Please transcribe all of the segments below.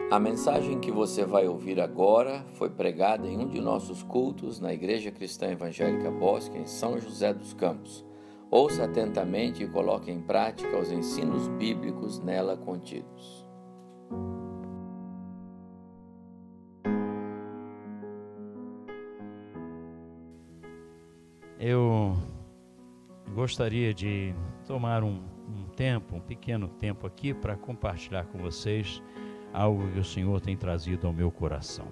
A mensagem que você vai ouvir agora foi pregada em um de nossos cultos na Igreja Cristã Evangélica Bosque, em São José dos Campos. Ouça atentamente e coloque em prática os ensinos bíblicos nela contidos. Eu gostaria de tomar um pequeno tempo aqui para compartilhar com vocês algo que o Senhor tem trazido ao meu coração.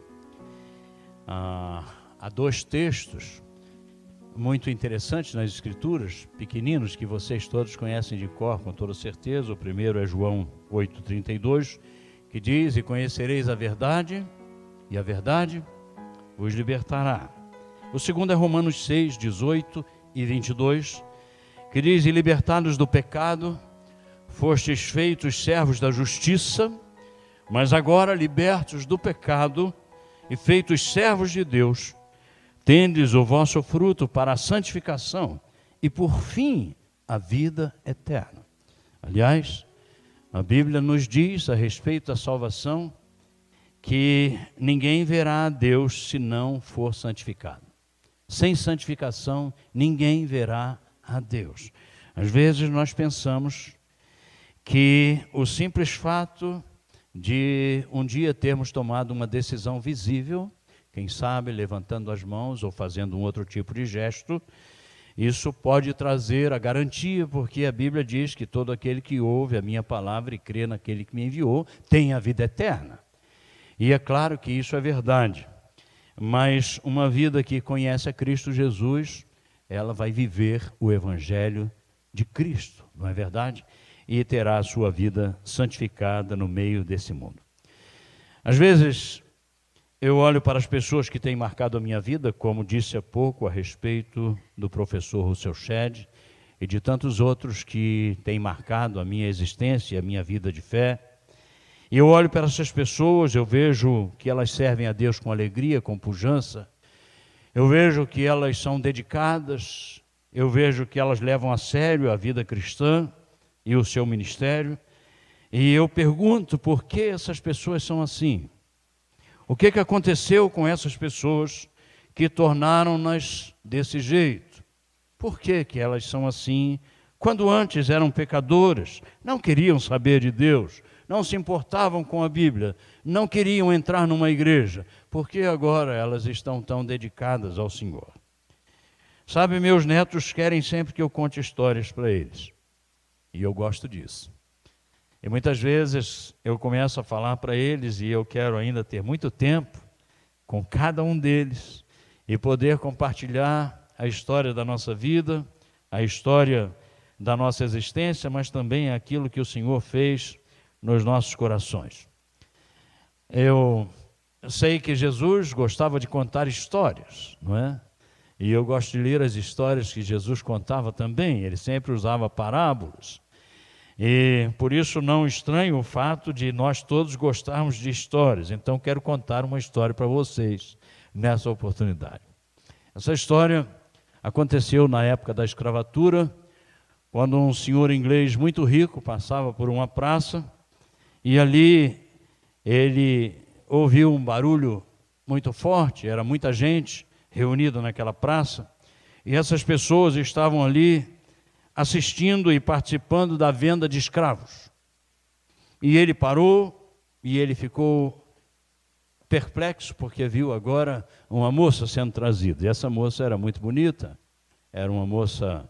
Há dois textos muito interessantes nas Escrituras, pequeninos, que vocês todos conhecem de cor com toda certeza. O primeiro é João 8,32, que diz: "E conhecereis a verdade, e a verdade vos libertará." O segundo é Romanos 6, 18 e 22, que diz: "E libertados do pecado, fostes feitos servos da justiça, mas agora libertos do pecado e feitos servos de Deus, tendes o vosso fruto para a santificação e por fim a vida eterna." Aliás, a Bíblia nos diz a respeito da salvação que ninguém verá a Deus se não for santificado. Sem santificação, ninguém verá a Deus. Às vezes nós pensamos que o simples fato de um dia termos tomado uma decisão visível, quem sabe levantando as mãos ou fazendo um outro tipo de gesto, isso pode trazer a garantia, porque a Bíblia diz que todo aquele que ouve a minha palavra e crê naquele que me enviou tem a vida eterna. E é claro que isso é verdade, mas uma vida que conhece a Cristo Jesus, ela vai viver o Evangelho de Cristo, não é verdade? E terá a sua vida santificada no meio desse mundo. Às vezes, eu olho para as pessoas que têm marcado a minha vida, como disse há pouco a respeito do professor Rousseau Shedd e de tantos outros que têm marcado a minha existência e a minha vida de fé. E eu olho para essas pessoas, eu vejo que elas servem a Deus com alegria, com pujança. Eu vejo que elas são dedicadas, eu vejo que elas levam a sério a vida cristã e o seu ministério. E eu pergunto por que essas pessoas são assim. O que aconteceu com essas pessoas que tornaram-nas desse jeito? Por que elas são assim, quando antes eram pecadoras, não queriam saber de Deus, não se importavam com a Bíblia, não queriam entrar numa igreja? Por que agora elas estão tão dedicadas ao Senhor? Sabe, meus netos querem sempre que eu conte histórias para eles, e eu gosto disso. E muitas vezes eu começo a falar para eles e eu quero ainda ter muito tempo com cada um deles e poder compartilhar a história da nossa vida, a história da nossa existência, mas também aquilo que o Senhor fez nos nossos corações. Eu sei que Jesus gostava de contar histórias, não é? E eu gosto de ler as histórias que Jesus contava também. Ele sempre usava parábolas. E por isso não estranho o fato de nós todos gostarmos de histórias. Então quero contar uma história para vocês nessa oportunidade. Essa história aconteceu na época da escravatura, quando um senhor inglês muito rico passava por uma praça e ali ele ouviu um barulho muito forte, era muita gente reunida naquela praça, e essas pessoas estavam ali assistindo e participando da venda de escravos. E ele parou e ele ficou perplexo, porque viu agora uma moça sendo trazida. E essa moça era muito bonita, era uma moça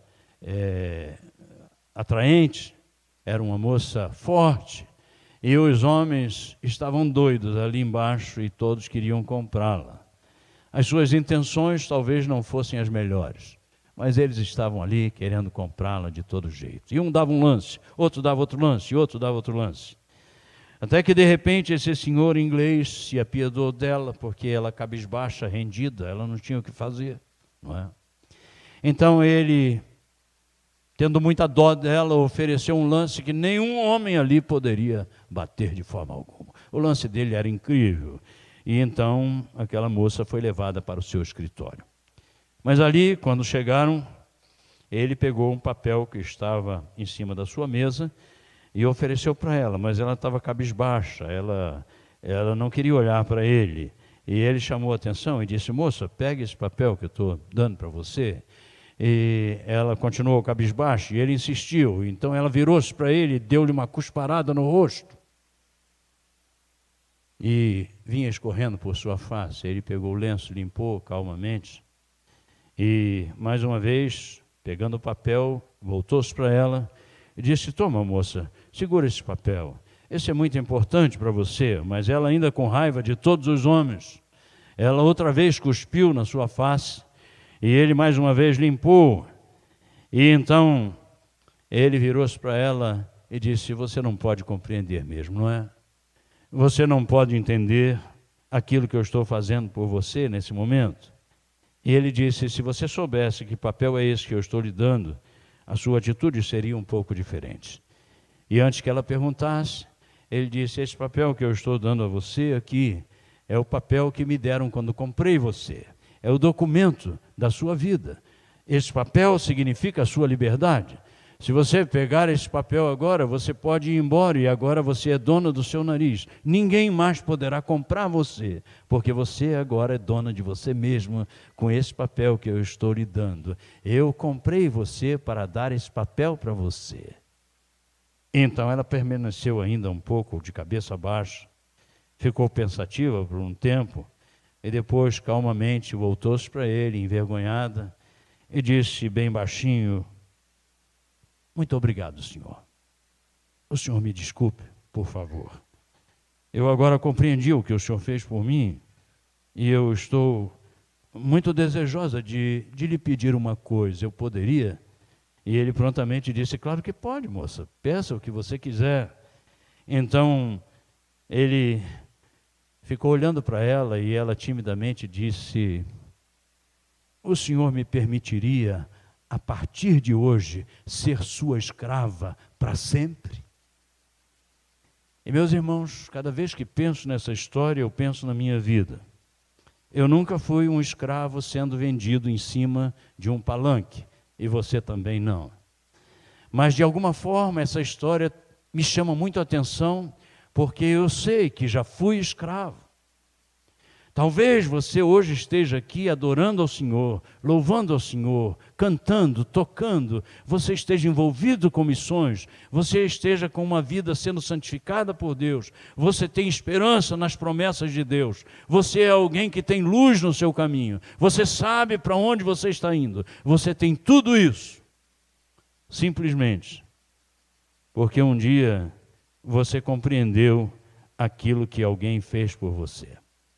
atraente, era uma moça forte, e os homens estavam doidos ali embaixo e todos queriam comprá-la. As suas intenções talvez não fossem as melhores, mas eles estavam ali querendo comprá-la de todo jeito. E um dava um lance, outro dava outro lance, e outro dava outro lance. Até que de repente esse senhor inglês se apiedou dela, porque ela cabisbaixa, rendida, ela não tinha o que fazer, não é? Então ele, tendo muita dó dela, ofereceu um lance que nenhum homem ali poderia bater de forma alguma. O lance dele era incrível. E então aquela moça foi levada para o seu escritório. Mas ali, quando chegaram, ele pegou um papel que estava em cima da sua mesa e ofereceu para ela, mas ela estava cabisbaixa, ela ela não queria olhar para ele. E ele chamou a atenção e disse: moça, pegue esse papel que eu estou dando para você. E ela continuou cabisbaixo e ele insistiu. Então ela virou-se para ele e deu-lhe uma cusparada no rosto. E vinha escorrendo por sua face. Ele pegou o lenço, limpou calmamente. E mais uma vez, pegando o papel, voltou-se para ela e disse: toma, moça, segura esse papel. Esse é muito importante para você. Mas ela, ainda com raiva de todos os homens, ela outra vez cuspiu na sua face e ele mais uma vez limpou. E então ele virou-se para ela e disse: você não pode compreender mesmo, não é? Você não pode entender aquilo que eu estou fazendo por você nesse momento. E ele disse: se você soubesse que papel é esse que eu estou lhe dando, a sua atitude seria um pouco diferente. E antes que ela perguntasse, ele disse: esse papel que eu estou dando a você aqui é o papel que me deram quando comprei você. É o documento da sua vida. Esse papel significa a sua liberdade. Se você pegar esse papel agora, você pode ir embora e agora você é dona do seu nariz. Ninguém mais poderá comprar você, porque você agora é dona de você mesmo com esse papel que eu estou lhe dando. Eu comprei você para dar esse papel para você. Então ela permaneceu ainda um pouco de cabeça baixa, ficou pensativa por um tempo e depois calmamente voltou-se para ele, envergonhada, e disse bem baixinho: muito obrigado, senhor. O senhor me desculpe, por favor. Eu agora compreendi o que o senhor fez por mim e eu estou muito desejosa de lhe pedir uma coisa. Eu poderia? E ele prontamente disse: claro que pode, moça. Peça o que você quiser. Então, ele ficou olhando para ela e ela timidamente disse: o senhor me permitiria, a partir de hoje, ser sua escrava para sempre? E meus irmãos, cada vez que penso nessa história, eu penso na minha vida. Eu nunca fui um escravo sendo vendido em cima de um palanque, e você também não. Mas de alguma forma essa história me chama muito a atenção, porque eu sei que já fui escravo. Talvez você hoje esteja aqui adorando ao Senhor, louvando ao Senhor, cantando, tocando, você esteja envolvido com missões, você esteja com uma vida sendo santificada por Deus, você tem esperança nas promessas de Deus, você é alguém que tem luz no seu caminho, você sabe para onde você está indo, você tem tudo isso, simplesmente porque um dia você compreendeu aquilo que alguém fez por você.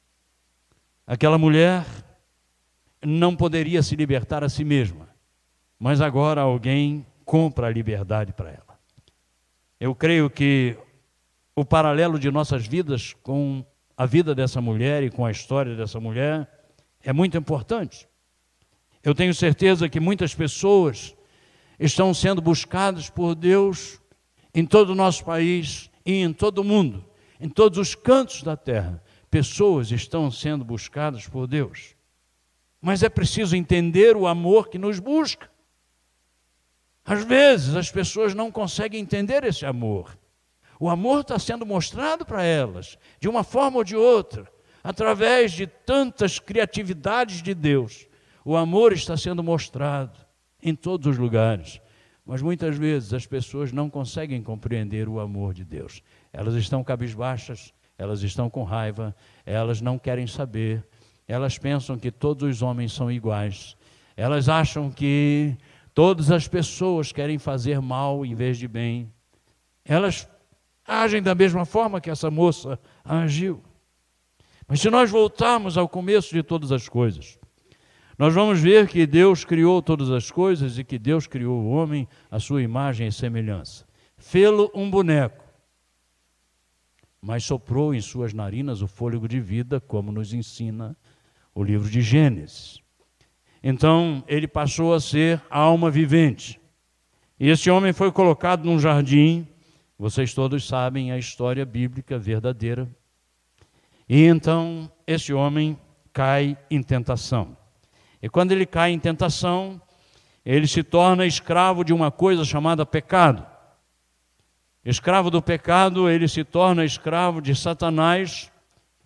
Aquela mulher não poderia se libertar a si mesma, mas agora alguém compra a liberdade para ela. Eu creio que o paralelo de nossas vidas com a vida dessa mulher e com a história dessa mulher é muito importante. Eu tenho certeza que muitas pessoas estão sendo buscadas por Deus em todo o nosso país e em todo o mundo, em todos os cantos da terra. Pessoas estão sendo buscadas por Deus. Mas é preciso entender o amor que nos busca. Às vezes as pessoas não conseguem entender esse amor. O amor está sendo mostrado para elas, de uma forma ou de outra, através de tantas criatividades de Deus. O amor está sendo mostrado em todos os lugares. Mas muitas vezes as pessoas não conseguem compreender o amor de Deus. Elas estão cabisbaixas, elas estão com raiva, elas não querem saber, elas pensam que todos os homens são iguais, elas acham que todas as pessoas querem fazer mal em vez de bem, elas agem da mesma forma que essa moça agiu. Mas se nós voltarmos ao começo de todas as coisas, nós vamos ver que Deus criou todas as coisas e que Deus criou o homem à sua imagem e semelhança. Fê-lo um boneco, mas soprou em suas narinas o fôlego de vida, como nos ensina o livro de Gênesis. Então, ele passou a ser alma vivente. E esse homem foi colocado num jardim, vocês todos sabem a história bíblica verdadeira. E então, esse homem cai em tentação. E quando ele cai em tentação, ele se torna escravo de uma coisa chamada pecado. Escravo do pecado, ele se torna escravo de Satanás,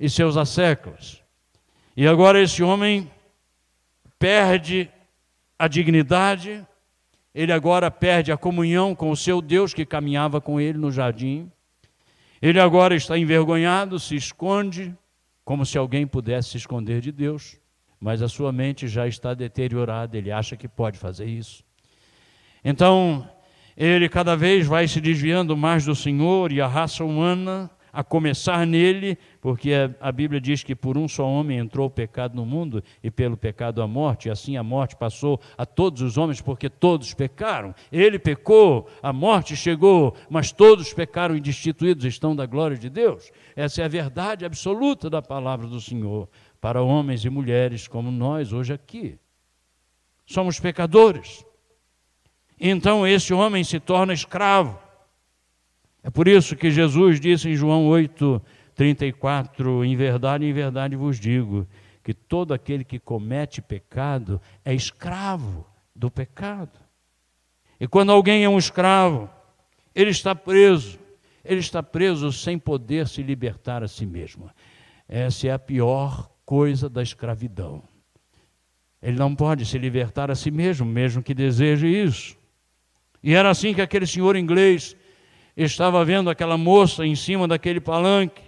e seus asseclas. E agora esse homem perde a dignidade, ele agora perde a comunhão com o seu Deus que caminhava com ele no jardim. Ele agora está envergonhado, se esconde, como se alguém pudesse se esconder de Deus, mas a sua mente já está deteriorada, ele acha que pode fazer isso. Então, ele cada vez vai se desviando mais do Senhor, e a raça humana, a começar nele, porque a Bíblia diz que por um só homem entrou o pecado no mundo, e pelo pecado a morte, e assim a morte passou a todos os homens, porque todos pecaram. Ele pecou, a morte chegou, mas todos pecaram e destituídos estão da glória de Deus. Essa é a verdade absoluta da palavra do Senhor, para homens e mulheres como nós hoje aqui. Somos pecadores. Então esse homem se torna escravo. É por isso que Jesus disse em João 8:34, em verdade vos digo, que todo aquele que comete pecado é escravo do pecado. E quando alguém é um escravo, ele está preso sem poder se libertar a si mesmo. Essa é a pior coisa da escravidão. Ele não pode se libertar a si mesmo, mesmo que deseje isso. E era assim que aquele senhor inglês estava vendo aquela moça em cima daquele palanque.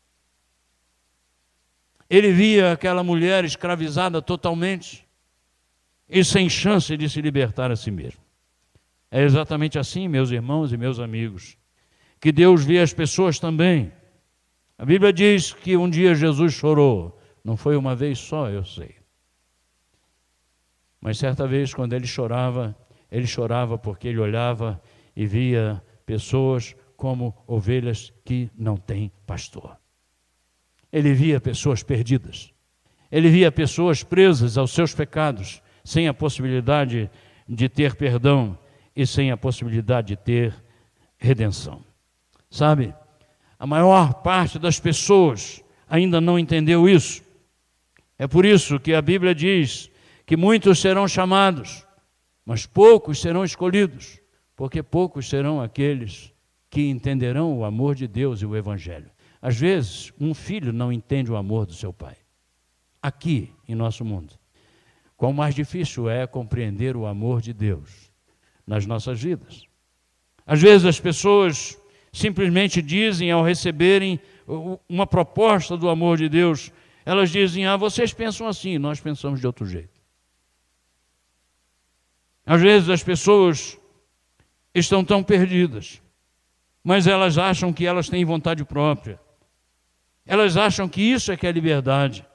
Ele via aquela mulher escravizada totalmente e sem chance de se libertar a si mesmo. É exatamente assim, meus irmãos e meus amigos, que Deus vê as pessoas também. A Bíblia diz que um dia Jesus chorou. Não foi uma vez só, eu sei. Mas certa vez, quando ele chorava porque ele olhava e via pessoas como ovelhas que não têm pastor. Ele via pessoas perdidas. Ele via pessoas presas aos seus pecados, sem a possibilidade de ter perdão e sem a possibilidade de ter redenção. Sabe, a maior parte das pessoas ainda não entendeu isso. É por isso que a Bíblia diz que muitos serão chamados, mas poucos serão escolhidos. Porque poucos serão aqueles que entenderão o amor de Deus e o Evangelho. Às vezes, um filho não entende o amor do seu pai. Aqui, em nosso mundo. Quão mais difícil é compreender o amor de Deus nas nossas vidas. Às vezes, as pessoas simplesmente dizem, ao receberem uma proposta do amor de Deus, elas dizem, vocês pensam assim, nós pensamos de outro jeito. Às vezes, as pessoas estão tão perdidas, mas elas acham que elas têm vontade própria. Elas acham que isso é que é liberdade.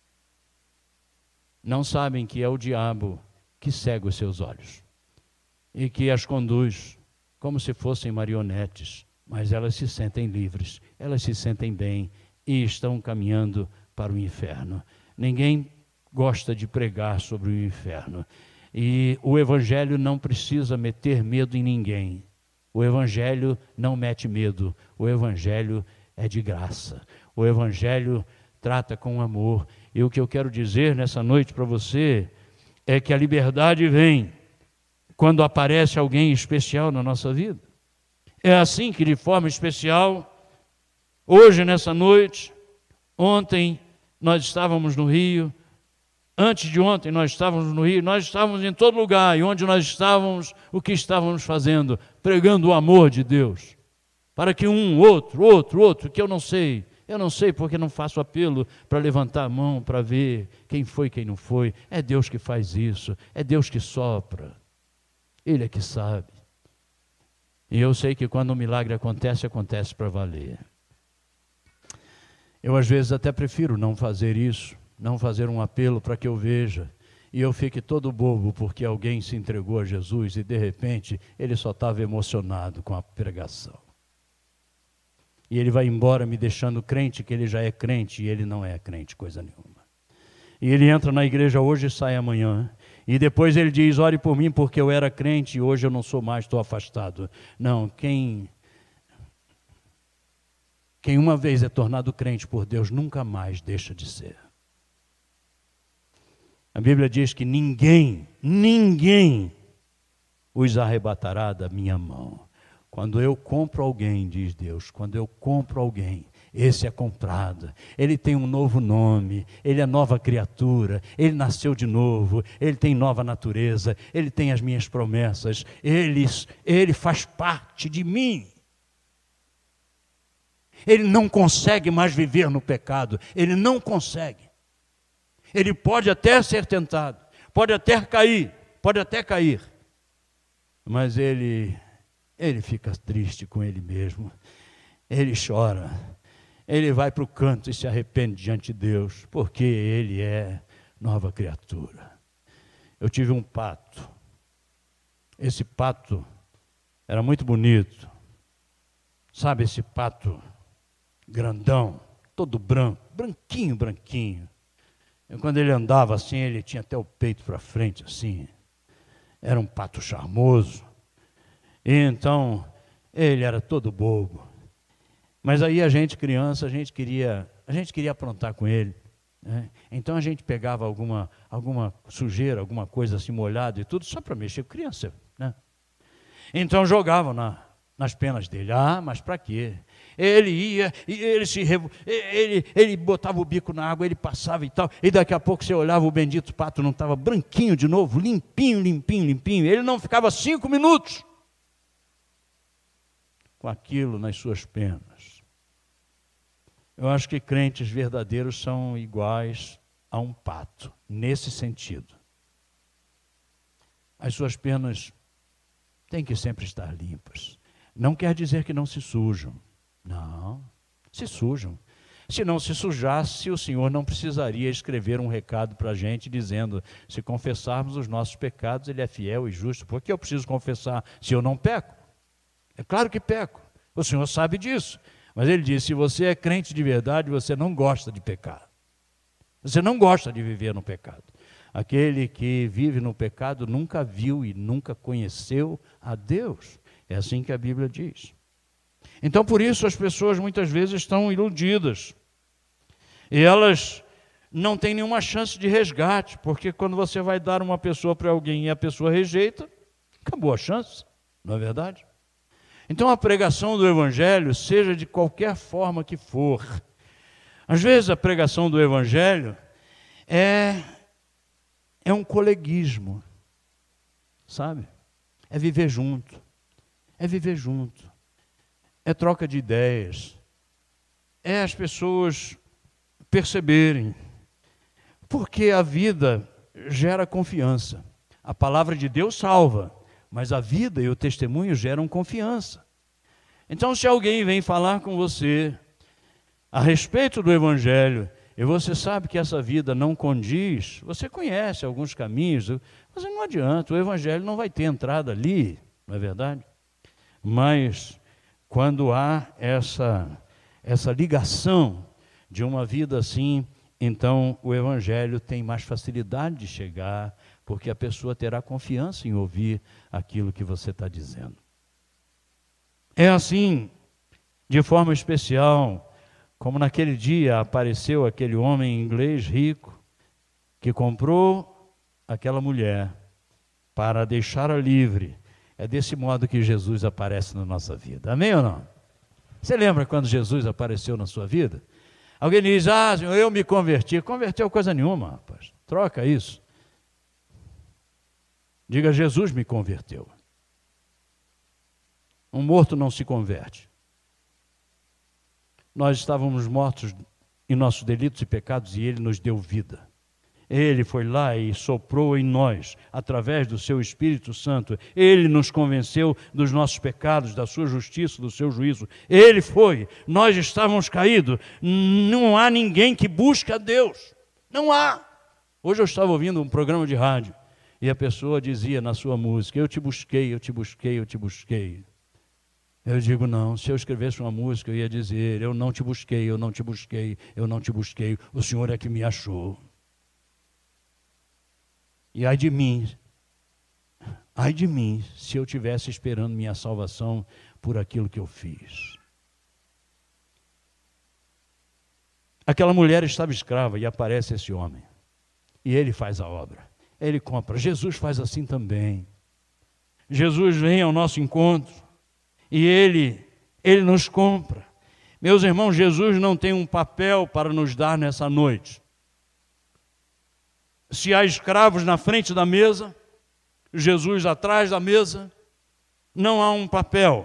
Não sabem que é o diabo que cega os seus olhos e que as conduz como se fossem marionetes, mas elas se sentem livres, elas se sentem bem e estão caminhando para o inferno. Ninguém gosta de pregar sobre o inferno. E o Evangelho não precisa meter medo em ninguém. O Evangelho não mete medo. O Evangelho é de graça. O Evangelho trata com amor. E o que eu quero dizer nessa noite para você é que a liberdade vem quando aparece alguém especial na nossa vida. É assim que, de forma especial, hoje, nessa noite, ontem nós estávamos no Rio, antes de ontem nós estávamos no Rio, nós estávamos em todo lugar, e onde nós estávamos, o que estávamos fazendo? Pregando o amor de Deus, para que outro, que eu não sei porque não faço apelo para levantar a mão, para ver quem foi, quem não foi. É Deus que faz isso, é Deus que sopra, Ele é que sabe. E eu sei que quando um milagre acontece, acontece para valer. Eu às vezes até prefiro não fazer isso, não fazer um apelo para que eu veja, e eu fique todo bobo porque alguém se entregou a Jesus e de repente ele só estava emocionado com a pregação. E ele vai embora me deixando crente que ele já é crente e ele não é crente, coisa nenhuma. E ele entra na igreja hoje e sai amanhã. E depois ele diz, ore por mim porque eu era crente e hoje eu não sou mais, estou afastado. Não, quem uma vez é tornado crente por Deus nunca mais deixa de ser. A Bíblia diz que ninguém os arrebatará da minha mão. Quando eu compro alguém, diz Deus, quando eu compro alguém, Esse é comprado, ele tem um novo nome, ele é nova criatura, ele nasceu de novo, ele tem nova natureza, ele tem as minhas promessas, ele faz parte de mim. Ele não consegue mais viver no pecado, ele não consegue. Ele pode até ser tentado, pode até cair, mas ele fica triste com ele mesmo, ele chora. Ele vai para o canto e se arrepende diante de Deus, porque ele é nova criatura. Eu tive um pato. Esse pato era muito bonito. Sabe esse pato grandão, todo branco, branquinho. E quando ele andava assim, ele tinha até o peito para frente assim. Era um pato charmoso. E então, ele era todo bobo. Mas aí a gente, criança, a gente queria aprontar com ele, né? Então a gente pegava alguma sujeira, alguma coisa assim molhada e tudo, só para mexer com criança, né? Então jogavam nas penas dele. Mas para quê? Ele ia, e ele botava o bico na água, ele passava e tal, e daqui a pouco você olhava, o bendito pato não estava branquinho de novo, limpinho. Ele não ficava 5 minutos com aquilo nas suas penas. Eu acho que crentes verdadeiros são iguais a um pato, nesse sentido. As suas penas têm que sempre estar limpas. Não quer dizer que não se sujam. Não, se sujam. Se não se sujasse, o Senhor não precisaria escrever um recado para a gente dizendo: se confessarmos os nossos pecados, Ele é fiel e justo. Por que eu preciso confessar se eu não peco? É claro que peco. O Senhor sabe disso. Mas Ele diz: se você é crente de verdade, você não gosta de pecar. Você não gosta de viver no pecado. Aquele que vive no pecado nunca viu e nunca conheceu a Deus. É assim que a Bíblia diz. Então, por isso, as pessoas muitas vezes estão iludidas. E elas não têm nenhuma chance de resgate, porque quando você vai dar uma pessoa para alguém e a pessoa rejeita, acabou a chance, não é verdade? Então, a pregação do Evangelho, seja de qualquer forma que for, às vezes a pregação do Evangelho é um coleguismo, sabe? É viver junto, é troca de ideias, é as pessoas perceberem, porque a vida gera confiança. A palavra de Deus salva, mas a vida e o testemunho geram confiança. Então, se alguém vem falar com você a respeito do Evangelho, e você sabe que essa vida não condiz, você conhece alguns caminhos, mas não adianta, o Evangelho não vai ter entrada ali, não é verdade? Mas quando há essa ligação de uma vida assim, então o Evangelho tem mais facilidade de chegar, porque a pessoa terá confiança em ouvir aquilo que você está dizendo. É assim, de forma especial, como naquele dia apareceu aquele homem inglês rico, que comprou aquela mulher para deixá-la livre. É desse modo que Jesus aparece na nossa vida. Amém ou não? Você lembra quando Jesus apareceu na sua vida? Alguém diz: Senhor, eu me converti. Converteu coisa nenhuma, rapaz. Troca isso. Diga: Jesus me converteu. Um morto não se converte. Nós estávamos mortos em nossos delitos e pecados e Ele nos deu vida. Ele foi lá e soprou em nós, através do seu Espírito Santo. Ele nos convenceu dos nossos pecados, da sua justiça, do seu juízo. Ele foi. Nós estávamos caídos. Não há ninguém que busque a Deus. Não há. Hoje eu estava ouvindo um programa de rádio e a pessoa dizia na sua música: eu te busquei, eu te busquei, eu te busquei. Eu digo: não, se eu escrevesse uma música eu ia dizer: eu não te busquei, eu não te busquei, eu não te busquei. O Senhor é que me achou. E ai de mim, se eu estivesse esperando minha salvação por aquilo que eu fiz. Aquela mulher estava escrava e aparece esse homem. E ele faz a obra. Ele compra. Jesus faz assim também. Jesus vem ao nosso encontro e ele nos compra. Meus irmãos, Jesus não tem um papel para nos dar nessa noite. Se há escravos na frente da mesa, Jesus atrás da mesa, não há um papel.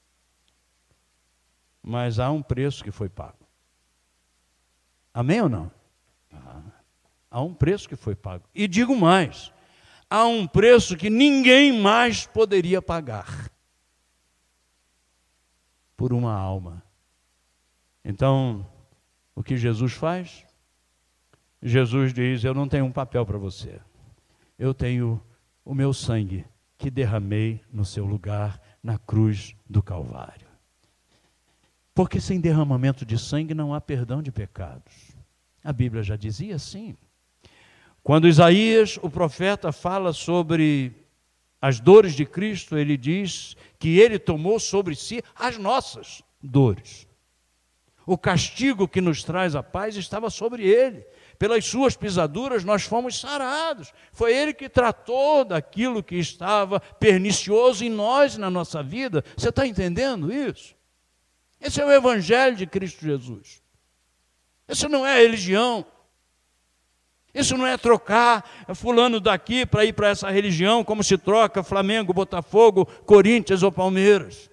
Mas há um preço que foi pago. Amém ou não? Há um preço que foi pago. E digo mais, há um preço que ninguém mais poderia pagar por uma alma. Então, o que Jesus faz? Jesus diz, eu não tenho um papel para você. Eu tenho o meu sangue que derramei no seu lugar na cruz do Calvário. Porque sem derramamento de sangue não há perdão de pecados. A Bíblia já dizia assim. Quando Isaías, o profeta, fala sobre as dores de Cristo, ele diz que ele tomou sobre si as nossas dores. O castigo que nos traz a paz estava sobre ele. Pelas suas pisaduras nós fomos sarados. Foi ele que tratou daquilo que estava pernicioso em nós, na nossa vida. Você está entendendo isso? Esse é o Evangelho de Cristo Jesus. Isso não é religião. Isso não é trocar fulano daqui para ir para essa religião, como se troca Flamengo, Botafogo, Corinthians ou Palmeiras.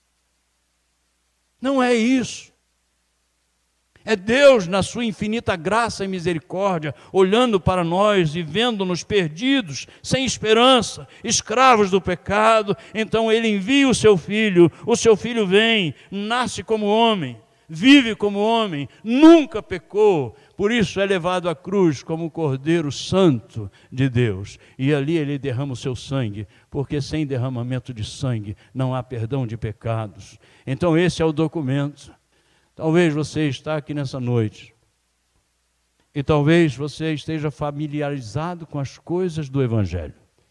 Não é isso. É Deus, na sua infinita graça e misericórdia, olhando para nós e vendo-nos perdidos, sem esperança, escravos do pecado. Então Ele envia o seu Filho vem, nasce como homem, vive como homem, nunca pecou, por isso é levado à cruz como o Cordeiro Santo de Deus. E ali Ele derrama o seu sangue, porque sem derramamento de sangue não há perdão de pecados. Então esse é o documento. Talvez você está aqui nessa noite e talvez você esteja familiarizado com as coisas do Evangelho.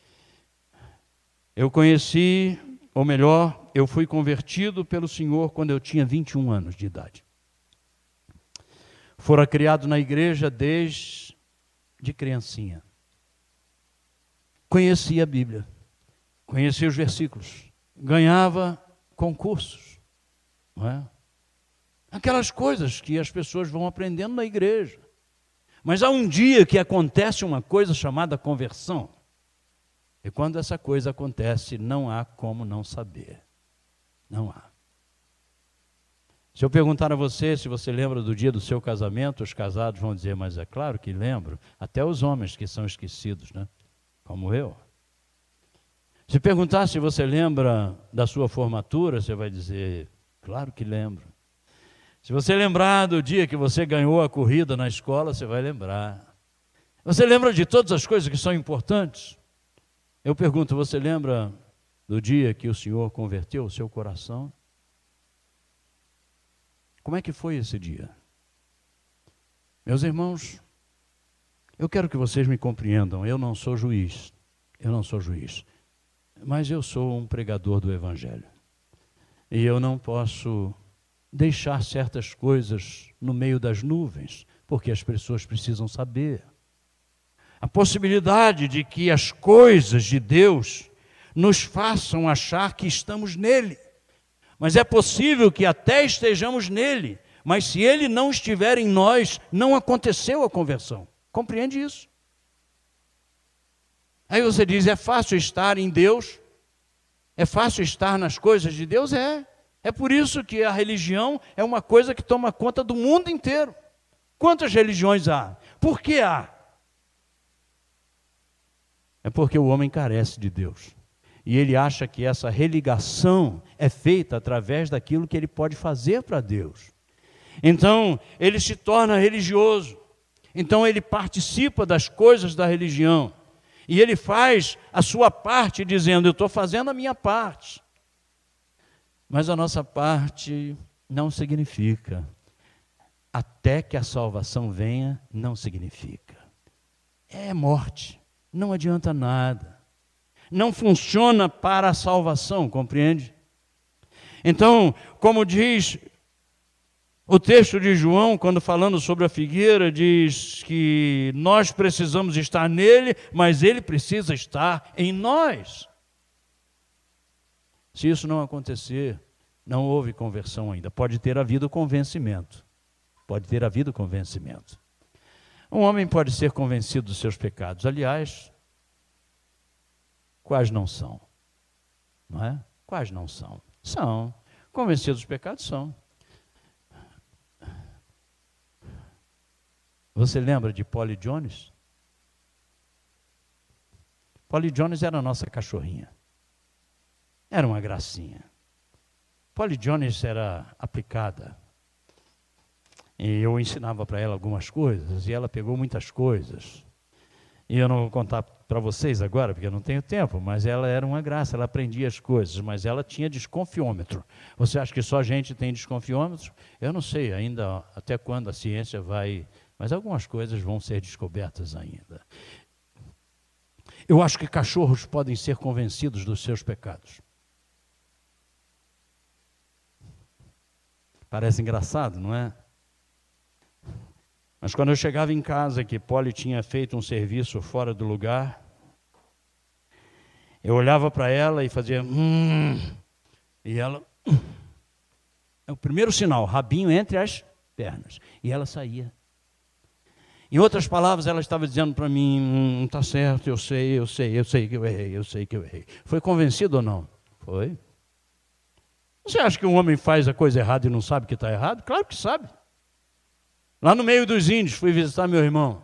Eu conheci, ou melhor, eu fui convertido pelo Senhor quando eu tinha 21 anos de idade. Fora criado na igreja desde criancinha. Conhecia a Bíblia, conhecia os versículos, ganhava concursos, não é? Aquelas coisas que as pessoas vão aprendendo na igreja. Mas há um dia que acontece uma coisa chamada conversão. E quando essa coisa acontece, não há como não saber. Não há. Se eu perguntar a você se você lembra do dia do seu casamento, os casados vão dizer, mas é claro que lembro. Até os homens que são esquecidos, né? Como eu. Se perguntar se você lembra da sua formatura, você vai dizer, claro que lembro. Se você lembrar do dia que você ganhou a corrida na escola, você vai lembrar. Você lembra de todas as coisas que são importantes? Eu pergunto, você lembra do dia que o Senhor converteu o seu coração? Como é que foi esse dia? Meus irmãos, eu quero que vocês me compreendam, eu não sou juiz, mas eu sou um pregador do Evangelho. E eu não posso deixar certas coisas no meio das nuvens, porque as pessoas precisam saber. A possibilidade de que as coisas de Deus nos façam achar que estamos nele. Mas é possível que até estejamos nele, mas se ele não estiver em nós, não aconteceu a conversão. Compreende isso? Aí você diz, é fácil estar em Deus? É fácil estar nas coisas de Deus? É por isso que a religião é uma coisa que toma conta do mundo inteiro. Quantas religiões há? Por que há? É porque o homem carece de Deus. E ele acha que essa religação é feita através daquilo que ele pode fazer para Deus. Então, ele se torna religioso. Então, ele participa das coisas da religião. E ele faz a sua parte dizendo, eu estou fazendo a minha parte. Mas a nossa parte não significa. Até que a salvação venha, não significa. É morte, não adianta nada. Não funciona para a salvação, compreende? Então, como diz o texto de João, quando falando sobre a figueira, diz que nós precisamos estar nele, mas ele precisa estar em nós. Se isso não acontecer, Não houve conversão ainda. Pode ter havido convencimento. Pode ter havido convencimento. Um homem pode ser convencido dos seus pecados. Aliás, quais não são? Não é? Quais não são? São. Convencidos dos pecados são. Você lembra de Polly Jones? Polly Jones era a nossa cachorrinha. Era uma gracinha. Polly Jones era aplicada. E eu ensinava para ela algumas coisas, e ela pegou muitas coisas. E eu não vou contar para vocês agora, porque eu não tenho tempo, mas ela era uma graça, ela aprendia as coisas, mas ela tinha desconfiômetro. Você acha que só a gente tem desconfiômetro? Eu não sei ainda até quando a ciência vai... Mas algumas coisas vão ser descobertas ainda. Eu acho que cachorros podem ser convencidos dos seus pecados. Parece engraçado, não é? Mas quando eu chegava em casa, que Polly tinha feito um serviço fora do lugar, eu olhava para ela e fazia... E ela... É o primeiro sinal, rabinho entre as pernas. E ela saía. Em outras palavras, ela estava dizendo para mim, não está certo, eu sei que eu errei. Foi convencido ou não? Foi. Você acha que um homem faz a coisa errada e não sabe que está errado? Claro que sabe. Lá no meio dos índios, fui visitar meu irmão.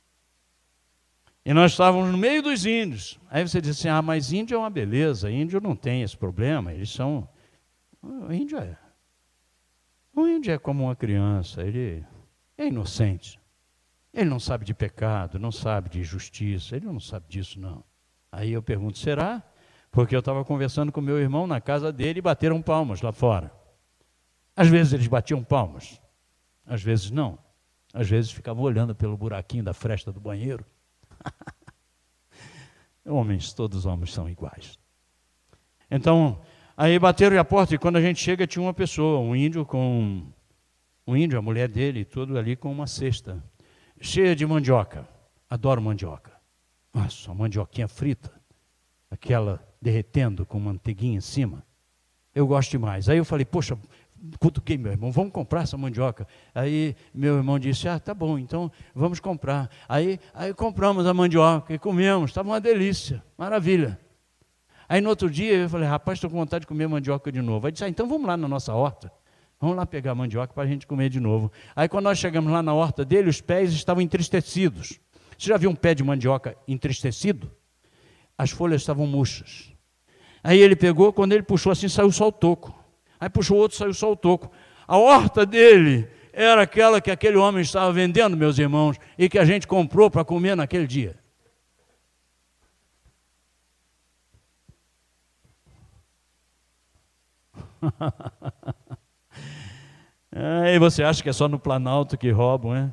E nós estávamos no meio dos índios. Aí você diz assim, mas índio é uma beleza, índio não tem esse problema, eles são... O índio é como uma criança, ele é inocente. Ele não sabe de pecado, não sabe de justiça, ele não sabe disso não. Aí eu pergunto, será? Porque eu estava conversando com meu irmão na casa dele e bateram palmas lá fora. Às vezes eles batiam palmas, às vezes não. Às vezes ficavam olhando pelo buraquinho da fresta do banheiro. Todos os homens são iguais. Então, aí bateram a porta e quando a gente chega tinha uma pessoa, um índio, a mulher dele, tudo ali com uma cesta, cheia de mandioca. Adoro mandioca. Nossa, uma mandioquinha frita, aquela derretendo com manteiguinha em cima. Eu gosto demais. Aí eu falei, poxa, cutuquei meu irmão, vamos comprar essa mandioca. Aí meu irmão disse, tá bom, então vamos comprar. Aí compramos a mandioca e comemos, estava uma delícia, maravilha. Aí no outro dia eu falei, rapaz, estou com vontade de comer mandioca de novo. Aí disse, então vamos lá na nossa horta, vamos lá pegar mandioca para a gente comer de novo. Aí quando nós chegamos lá na horta dele, os pés estavam entristecidos. Você já viu um pé de mandioca entristecido? As folhas estavam murchas. Aí ele pegou, quando ele puxou assim, saiu só o toco. Aí puxou outro, saiu só o toco. A horta dele era aquela que aquele homem estava vendendo, meus irmãos, e que a gente comprou para comer naquele dia. Aí você acha que é só no Planalto que roubam, né?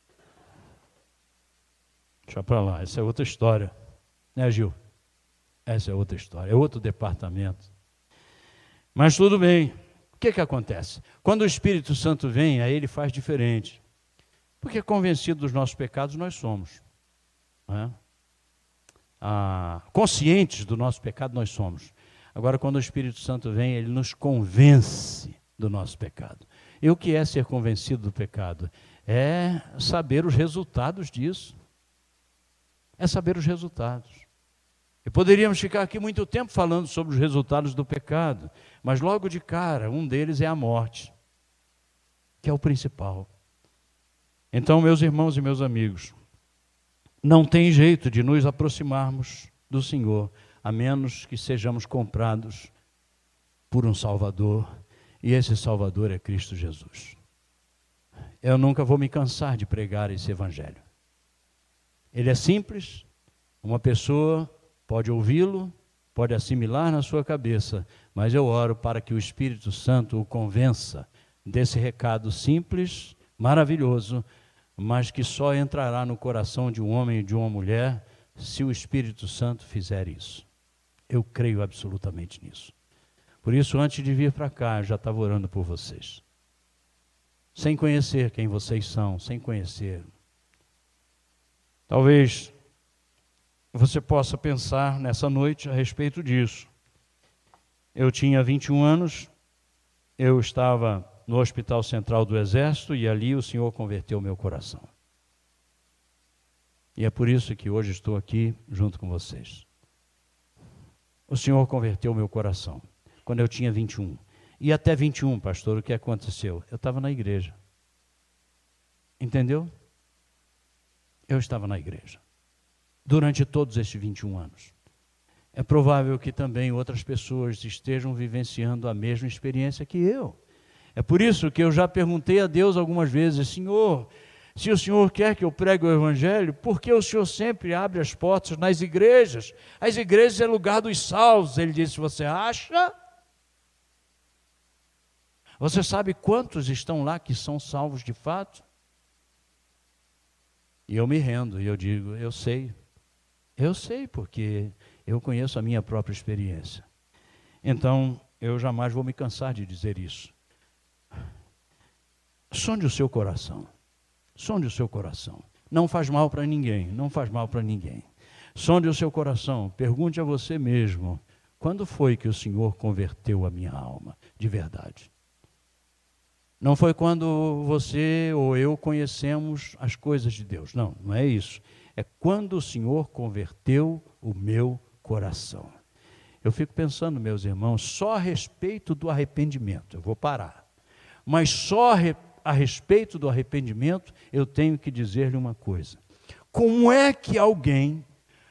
Deixa para lá, essa é outra história. Né, Gil? Essa é outra história, é outro departamento. Mas tudo bem. O que acontece? Quando o Espírito Santo vem, aí ele faz diferente. Porque convencido dos nossos pecados nós somos. Não é? Conscientes do nosso pecado nós somos. Agora, quando o Espírito Santo vem, ele nos convence do nosso pecado. E o que é ser convencido do pecado? É saber os resultados disso. É saber os resultados. E poderíamos ficar aqui muito tempo falando sobre os resultados do pecado, mas logo de cara, um deles é a morte, que é o principal. Então, meus irmãos e meus amigos, não tem jeito de nos aproximarmos do Senhor, a menos que sejamos comprados por um Salvador, e esse Salvador é Cristo Jesus. Eu nunca vou me cansar de pregar esse Evangelho. Ele é simples, uma pessoa pode ouvi-lo, pode assimilar na sua cabeça, mas eu oro para que o Espírito Santo o convença desse recado simples, maravilhoso, mas que só entrará no coração de um homem e de uma mulher se o Espírito Santo fizer isso. Eu creio absolutamente nisso. Por isso, antes de vir para cá, eu já estava orando por vocês. Sem conhecer quem vocês são, sem conhecer. Talvez você possa pensar nessa noite a respeito disso. Eu tinha 21 anos eu estava no Hospital Central do Exército e ali o Senhor converteu meu coração. E é por isso que hoje estou aqui junto com vocês. O Senhor converteu meu coração quando eu tinha 21. E até 21, pastor, o que aconteceu? Eu estava na igreja. Entendeu? Eu estava na igreja. Durante todos estes 21 anos. É provável que também outras pessoas estejam vivenciando a mesma experiência que eu. É por isso que eu já perguntei a Deus algumas vezes: Senhor, se o Senhor quer que eu pregue o Evangelho, por que o Senhor sempre abre as portas nas igrejas? As igrejas é lugar dos salvos. Ele disse: você acha? Você sabe quantos estão lá que são salvos de fato? E eu me rendo, e eu digo: eu sei porque eu conheço a minha própria experiência. Então, eu jamais vou me cansar de dizer isso. Sonde o seu coração. Sonde o seu coração. Não faz mal para ninguém, não faz mal para ninguém. Sonde o seu coração. Pergunte a você mesmo: quando foi que o Senhor converteu a minha alma de verdade? Não foi quando você ou eu conhecemos as coisas de Deus. Não, não é isso. É quando o Senhor converteu o meu coração. Eu fico pensando, meus irmãos, só a respeito do arrependimento. Eu vou parar. Mas só a respeito do arrependimento, eu tenho que dizer-lhe uma coisa. Como é que alguém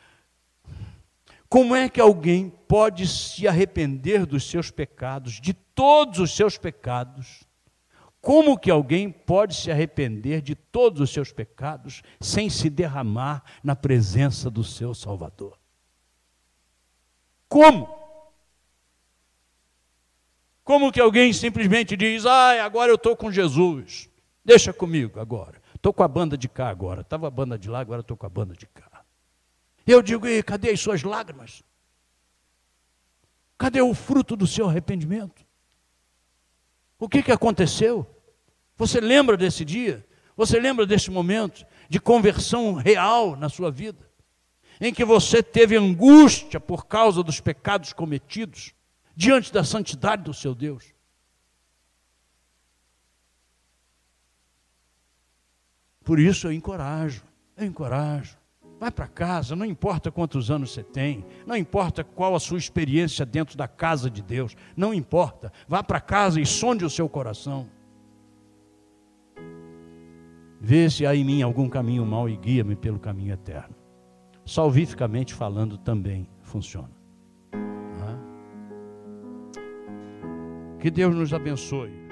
pode se arrepender dos seus pecados, de todos os seus pecados? Como que alguém pode se arrepender de todos os seus pecados sem se derramar na presença do seu Salvador? Como? Como que alguém simplesmente diz: agora eu estou com Jesus, deixa comigo agora, estou com a banda de cá agora, estava a banda de lá, agora estou com a banda de cá. Eu digo: e cadê as suas lágrimas? Cadê o fruto do seu arrependimento? O que aconteceu? Você lembra desse dia? Você lembra desse momento de conversão real na sua vida? Em que você teve angústia por causa dos pecados cometidos diante da santidade do seu Deus? Por isso eu encorajo. Vai para casa, não importa quantos anos você tem, não importa qual a sua experiência dentro da casa de Deus, não importa. Vá para casa e sonde o seu coração. Vê se há em mim algum caminho mau e guia-me pelo caminho eterno. Salvificamente falando também funciona. Que Deus nos abençoe.